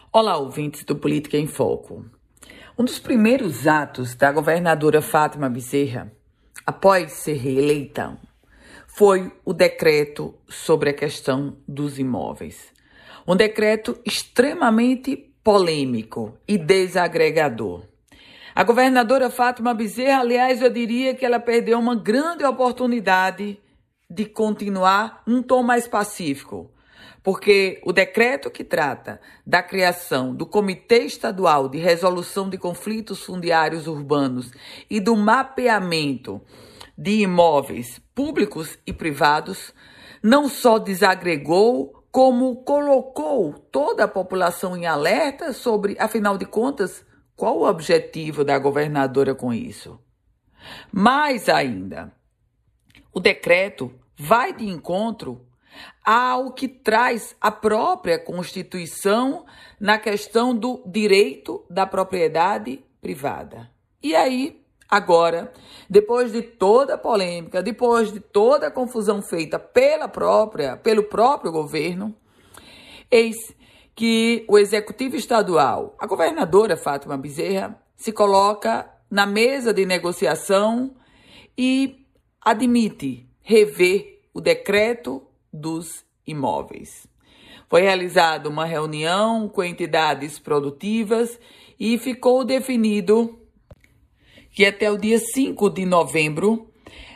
Olá, ouvintes do Política em Foco. Um dos primeiros atos da governadora Fátima Bezerra, após ser reeleita, foi o decreto sobre a questão dos imóveis. Um decreto extremamente polêmico e desagregador. A governadora Fátima Bezerra, aliás, eu diria que ela perdeu uma grande oportunidade de continuar num tom mais pacífico, porque o decreto que trata da criação do Comitê Estadual de Resolução de Conflitos Fundiários Urbanos e do mapeamento de imóveis públicos e privados não só desagregou, como colocou toda a população em alerta sobre, afinal de contas, qual o objetivo da governadora com isso. Mais ainda, o decreto vai de encontro ao que traz a própria Constituição na questão do direito da propriedade privada. E aí, agora, depois de toda a polêmica, depois de toda a confusão feita pelo próprio governo, eis que o Executivo Estadual, a governadora Fátima Bezerra, se coloca na mesa de negociação e admite rever o decreto dos imóveis. Foi realizada uma reunião com entidades produtivas e ficou definido que até o dia 5 de novembro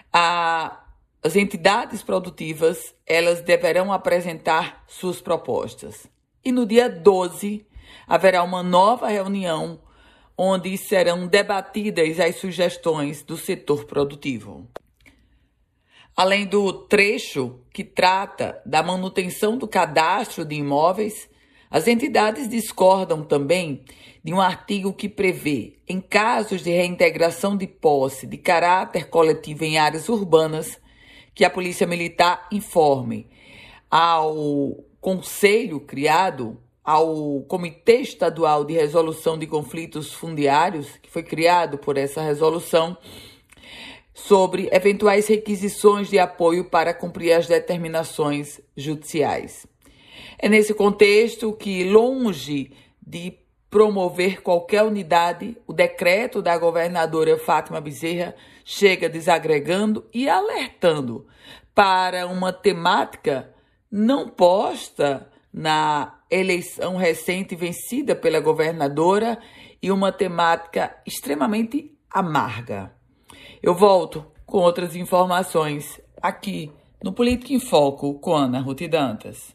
as entidades produtivas elas deverão apresentar suas propostas. E no dia 12 haverá uma nova reunião onde serão debatidas as sugestões do setor produtivo. Além do trecho que trata da manutenção do cadastro de imóveis, as entidades discordam também de um artigo que prevê, em casos de reintegração de posse de caráter coletivo em áreas urbanas, que a Polícia Militar informe ao conselho criado, ao Comitê Estadual de Resolução de Conflitos Fundiários, que foi criado por essa resolução, sobre eventuais requisições de apoio para cumprir as determinações judiciais. É nesse contexto que, longe de promover qualquer unidade, o decreto da governadora Fátima Bezerra chega desagregando e alertando para uma temática não posta na eleição recente vencida pela governadora e uma temática extremamente amarga. Eu volto com outras informações aqui no Política em Foco com Ana Ruth Dantas.